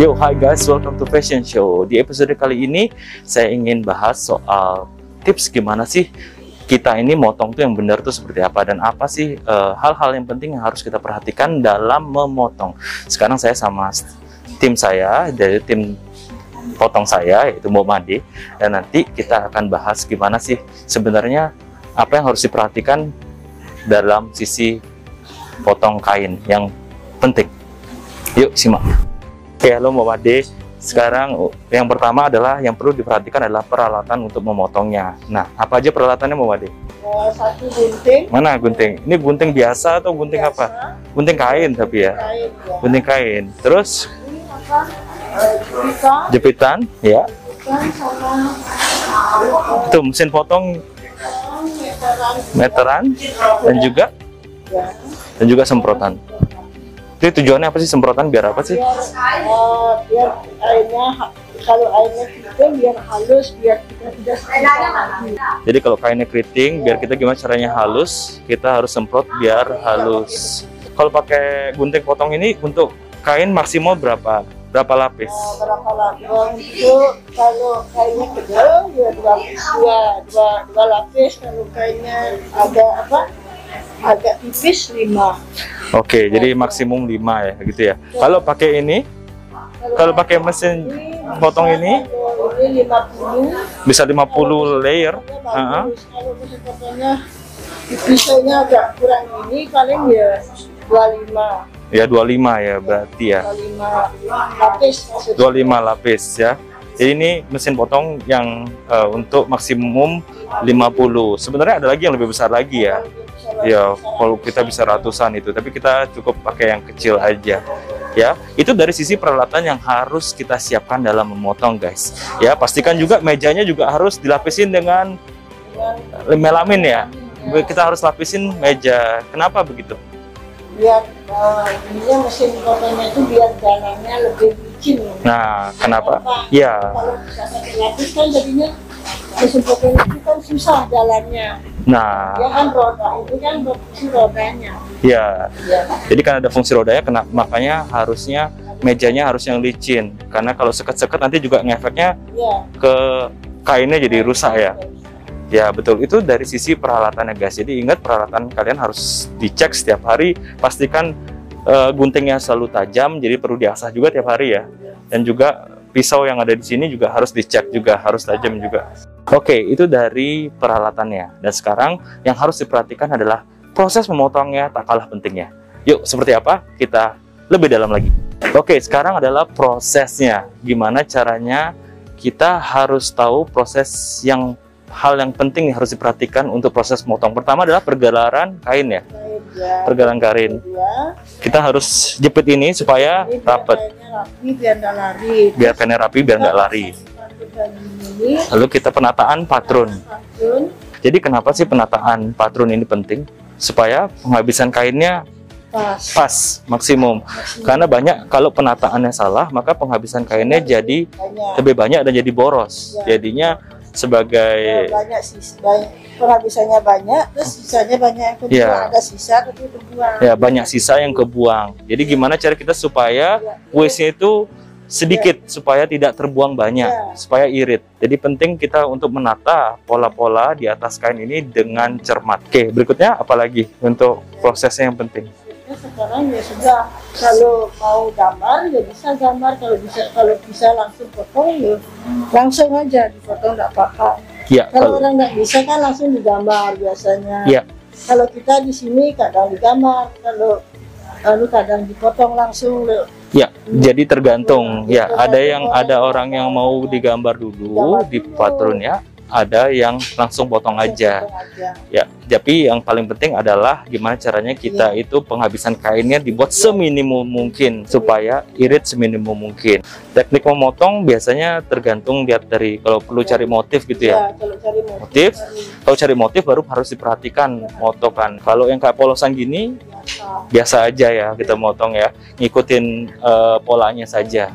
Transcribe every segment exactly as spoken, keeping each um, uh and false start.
Yo, hi guys, welcome to Fashion Show. Di episode kali ini saya ingin bahas soal tips gimana sih kita ini motong tuh yang benar tuh seperti apa, dan apa sih hal-hal uh, yang penting yang harus kita perhatikan dalam memotong. Sekarang saya sama tim saya dari tim potong saya, yaitu Mbak Made, dan nanti kita akan bahas gimana sih sebenarnya apa yang harus diperhatikan dalam sisi potong kain yang penting. Yuk simak. Oke, halo Mbak Made. Sekarang yang pertama adalah yang perlu diperhatikan adalah peralatan untuk memotongnya. Nah, apa aja peralatannya Mbak Made? Uh, satu gunting. Mana gunting? Ini gunting biasa atau gunting biasa. Apa? Gunting kain tapi ya. Kain, ya. Gunting kain. Terus? Ini apa? Uh, jepitan. Jepitan, ya. Jepitan sama. Uh, Itu mesin potong meteran. Meteran dan juga Ya. dan juga semprotan. Itu tujuannya apa sih semprotan? Biar apa sih? Biar, uh, biar airnya, kalau airnya keriting biar halus, biar kita tidak semprot lagi. Jadi kalau kainnya keriting, biar kita gimana caranya halus, kita harus semprot biar halus. Kalau pakai gunting potong ini untuk kain maksimal berapa? Berapa lapis? Uh, berapa lapis? Untuk kalau kainnya kecil, ya dua, dua, dua, dua lapis. Kalau kainnya agak apa? Agak tipis lima. Oke, jadi maksimum lima ya, gitu ya. Kalau pakai ini, kalau pakai mesin potong ini, ini lima puluh. bisa lima puluh layer. Uh-huh. Kalau mesin potongnya pisaunya agak kurang ini, paling ya dua puluh lima. Ya dua puluh lima ya berarti ya. dua puluh lima lapis maksudnya. dua puluh lima lapis ya. Jadi ini mesin potong yang uh, untuk maksimum lima puluh. Sebenarnya ada lagi yang lebih besar lagi ya. Ya, kalau kita bisa ratusan itu, tapi kita cukup pakai yang kecil aja. Ya, itu dari sisi peralatan yang harus kita siapkan dalam memotong, guys. Ya, pastikan juga mejanya juga harus dilapisin dengan melamin ya. Kita harus lapisin meja. Kenapa begitu? Biar uh, ini mesin potongnya itu biar jalannya lebih licin. Nah, kenapa? Kenapa? Ya. Kalau bisa pakai lapis kan jadinya mesin potong itu kan susah jalannya. Nah, Ya kan roda itu kan fungsi rodanya. ya. Ya. Jadi kan ada fungsi rodanya, kena, makanya harusnya mejanya harus yang licin. Karena kalau seket-seket nanti juga ngefeknya Ya. ke kainnya jadi rusak ya. Ya betul, itu dari sisi peralatannya guys. Jadi ingat, peralatan kalian harus dicek setiap hari. Pastikan uh, guntingnya selalu tajam, jadi perlu diasah juga tiap hari ya. Dan juga pisau yang ada di sini juga harus dicek juga, harus tajam juga. Oke, itu dari peralatannya. Dan sekarang yang harus diperhatikan adalah proses memotongnya tak kalah pentingnya. Yuk, seperti apa? Kita lebih dalam lagi. Oke, sekarang adalah prosesnya. Gimana caranya kita harus tahu proses yang hal yang penting yang harus diperhatikan untuk proses memotong. Pertama adalah pergelaran kain ya. Ya. Pergelaran kain. Ya. Kita harus jepit ini supaya Ini biar rapet. kainnya rapi, biar nggak lari. Biar kainnya rapi, biar nggak lari. Ini Lalu kita penataan patron. patron. Jadi kenapa sih penataan patron ini penting? Supaya penghabisan kainnya Pas. pas, maksimum. Karena banyak kalau penataannya salah, maka penghabisan kainnya jadi Banyak. lebih banyak dan jadi boros. Ya. Jadinya sebagai banyak sih, banyak penghabisannya banyak, terus sisanya banyak yang kedua, Ya. ada sisa tapi kebuang. ya banyak sisa yang kebuang. Jadi gimana cara kita supaya Ya. waste-nya itu sedikit, supaya tidak terbuang banyak, Ya. supaya irit. Jadi penting kita untuk menata pola-pola di atas kain ini dengan cermat. Oke, berikutnya apalagi untuk prosesnya yang penting? Ya, sekarang ya sudah, kalau mau gambar ya bisa gambar, kalau bisa kalau bisa langsung potong ya langsung aja dipotong, nggak apa-apa. Ya, Kalau kalau orang nggak bisa kan langsung digambar biasanya. ya, Kalau kita di sini kadang digambar, kalau lalu kadang dipotong langsung. loh. ya, jadi tergantung. Ya, Tergantung ada yang orang. ada orang yang mau digambar dulu Digambar di dulu. patronnya, ada yang langsung potong aja. Potong aja. Ya, tapi yang paling penting adalah gimana caranya kita itu penghabisan kainnya dibuat seminimum mungkin supaya irit seminimum mungkin. Teknik memotong biasanya tergantung lihat dari, kalau perlu cari motif gitu ya. Ya, kalau cari motif, Motif? cari Kalau cari motif baru harus diperhatikan motokan. Kalau yang kayak polosan gini biasa. biasa aja ya kita motong ya, ngikutin eh, polanya saja.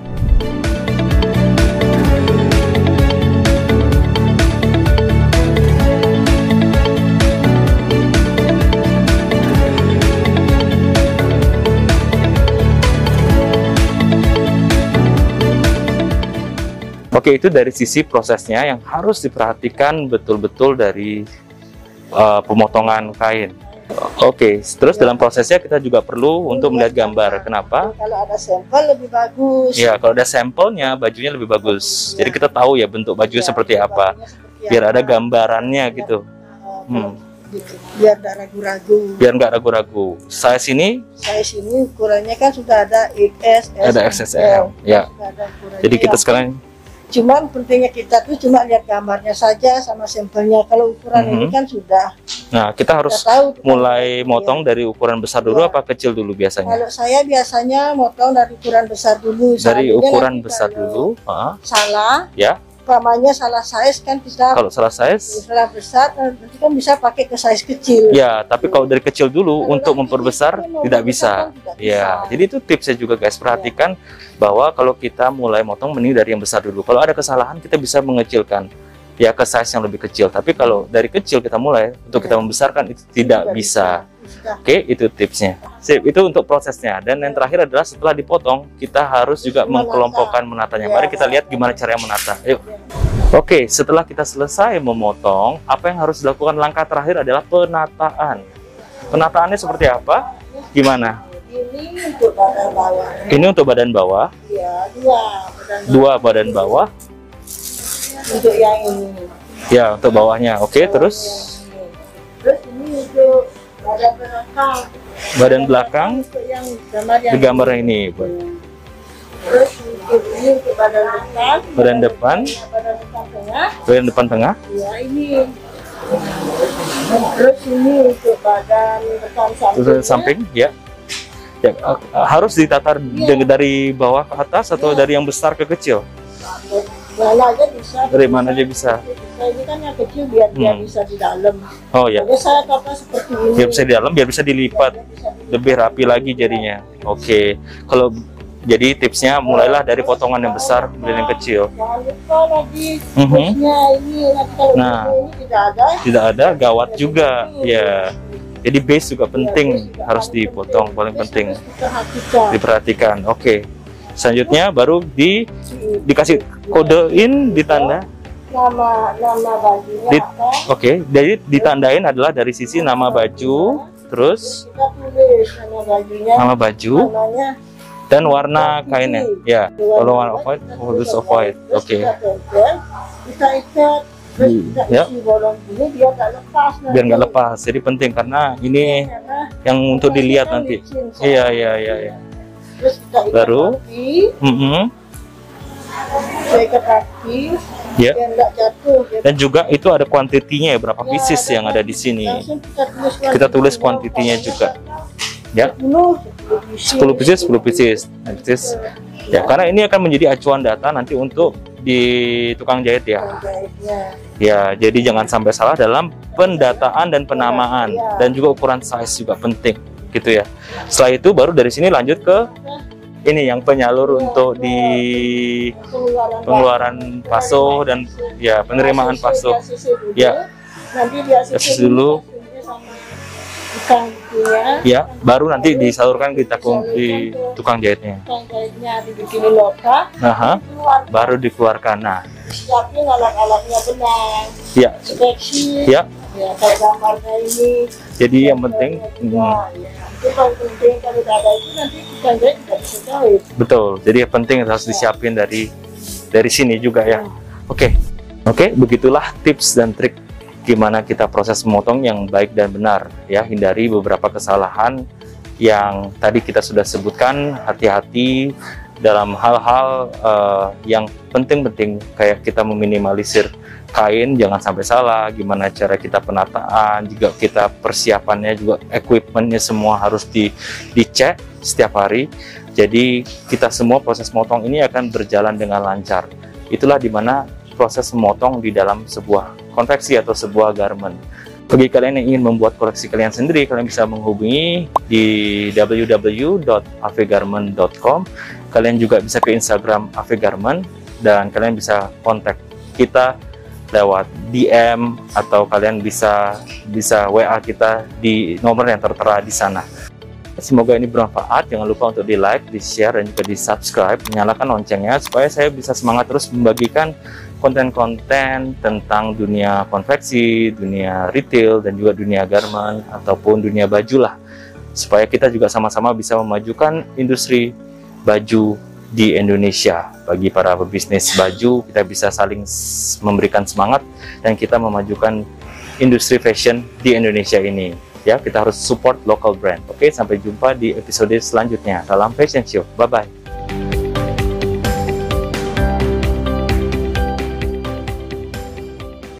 Oke, itu dari sisi prosesnya yang harus diperhatikan betul-betul dari uh, pemotongan kain. Oke, terus dalam prosesnya kita juga perlu untuk melihat gambar. Kenapa? Kalau ada sampel lebih bagus. Ya, kalau ada sampelnya, bajunya lebih bagus. Jadi kita tahu ya bentuk baju Ya, seperti apa, seperti biar ada apa. gambarannya gitu. Uh, Hmm. gitu. Biar tidak ragu-ragu. Biar nggak ragu-ragu. Saya sini Saya sini ukurannya kan sudah ada X S, S, ada X S L, ya. Sudah ada ukurannya. Jadi kita Yang sekarang, Cuman pentingnya kita tuh cuma lihat gambarnya saja sama sampelnya. Kalau ukuran Mhm. ini kan sudah nah kita harus kita tahu. mulai Iya. motong dari ukuran besar dulu Iya. apa kecil dulu biasanya? Kalau saya biasanya motong dari ukuran besar dulu. Dari Seandainya ukuran nanti besar kalau dulu, ah, Salah, ya. umpamanya salah size kan bisa. Kalau salah size, Salah besar, nanti kan bisa pakai ke size kecil. ya. Tapi kalau dari kecil dulu Kalau untuk nanti memperbesar mau tidak membesarkan bisa. tidak Ya, bisa. jadi itu tipsnya juga guys. Perhatikan bahwa kalau kita mulai motong mending dari yang besar dulu. Kalau ada kesalahan kita bisa mengecilkan ya ke size yang lebih kecil. Tapi kalau dari kecil kita mulai untuk kita membesarkan itu tidak bisa. Sudah. Oke, itu tipsnya. Sip, itu untuk prosesnya. Dan yang terakhir adalah setelah dipotong, kita harus juga Menata. mengkelompokkan menatanya. Ya, Mari kita lihat gimana cara menata. Yuk. Oke, setelah kita selesai memotong, apa yang harus dilakukan? Langkah terakhir adalah penataan. Penataannya seperti apa? Gimana? Ini untuk badan bawah. Ini untuk badan bawah, Ya, dua badan bawah. dua badan bawah. Untuk yang ini. Ya, untuk bawahnya. Oke, terus Terus ini untuk badan belakang. badan belakang Untuk yang gambar yang di gambar ini. Terus untuk ini untuk badan depan. Badan depan, Badan depan tengah. badan depan tengah, Ya ini. Terus ini untuk badan depan samping. terus samping, ya. Ya, eh, harus ditatar de- dari bawah ke atas atau dari yang besar ke kecil? Mana aja bisa. Dari mana aja bisa. Bisa. Ini kan yang kecil biar dia Hmm. bisa di dalam. Oh ya, Jadi saya tata seperti ini. biar bisa di dalam, biar bisa dilipat, Biar bisa di- lebih rapi lagi jadinya. Oke, kalau jadi tipsnya mulailah dari potongan yang besar dan yang kecil. Jangan lupa lagi Mhm. busnya ini. Nanti kalau Nah. busnya ini tidak ada. Tidak ada gawat juga, ya. Jadi base juga penting, harus dipotong, paling penting Diperhatikan. diperhatikan. Oke, selanjutnya baru di dikasih kodein ditanda. Nama nama bajunya Di- apa? Oke, jadi ditandain adalah dari sisi nama baju, terus Kita tulis nama bajunya. nama baju Namanya. dan warna kainnya. Ya, kalau warna white, harus of white. Terus Oke, Kita tempel, kita ikat. Terus Hmm, kita ya. isi bolong gini biar nggak lepas. biar nggak lepas. Jadi penting karena ini Karena yang untuk dilihat kan nanti. licin, Iya, iya, iya. iya. Terus kita ikat Baru? kaki, Mm-mm. kita ikat kaki, Ya. biar nggak jatuh. Biar Dan juga itu ada kuantitinya ya, berapa Ya, pieces ada yang ada di sini. langsung kita tulis Kita tulis kuantitinya. kuantitinya juga. Ya, sepuluh, sepuluh pieces, sepuluh pieces. pieces. Ya, karena ini akan menjadi acuan data nanti untuk di tukang jahit ya. Jahitnya. Ya, jadi jangan sampai salah dalam pendataan dan penamaan dan juga ukuran size juga penting gitu ya. Setelah itu baru dari sini lanjut ke ini yang penyalur untuk di Pengeluaran pengeluaran paso dan ya penerimaan paso. Ya. Nanti dia Dia sisir dulu. tukang gitunya, Ya, baru nanti disalurkan di takung di tukang jahitnya. tukang jahitnya dibikinin nota, Nah, keluar. baru dikeluarkan. Nah, Siapin alat-alatnya benar, ya, inspeksi, ya. ya kayak gambarnya ini. Jadi yang penting, hmm, Ya, ya. Itu paling penting kalau tidak ada itu nanti tukang jahit tidak bisa jahit. betul. Jadi yang penting harus disiapin dari dari sini juga ya. Oke, oke, begitulah tips dan trik gimana kita proses memotong yang baik dan benar ya. Hindari beberapa kesalahan yang tadi kita sudah sebutkan. Hati-hati dalam hal-hal uh, yang penting-penting kayak kita meminimalisir kain, jangan sampai salah. Gimana cara kita penataan, juga kita persiapannya juga equipmentnya semua harus di dicek setiap hari. Jadi kita semua proses motong ini akan berjalan dengan lancar. Itulah dimana proses memotong di dalam sebuah konveksi atau sebuah garment. Bagi kalian yang ingin membuat koleksi kalian sendiri, kalian bisa menghubungi di w w w dot avegarment dot com. Kalian juga bisa ke Instagram avegarment dan kalian bisa kontak kita lewat D M atau kalian bisa bisa W A kita di nomor yang tertera di sana. Semoga ini bermanfaat. Jangan lupa untuk di like, di share, dan juga di subscribe. Nyalakan loncengnya supaya saya bisa semangat terus membagikan konten-konten tentang dunia konveksi, dunia retail, dan juga dunia garment ataupun dunia baju lah, supaya kita juga sama-sama bisa memajukan industri baju di Indonesia. Bagi para pebisnis baju, kita bisa saling memberikan semangat dan kita memajukan industri fashion di Indonesia ini. Ya, kita harus support local brand. Oke, sampai jumpa di episode selanjutnya dalam Fashion Show. Bye bye.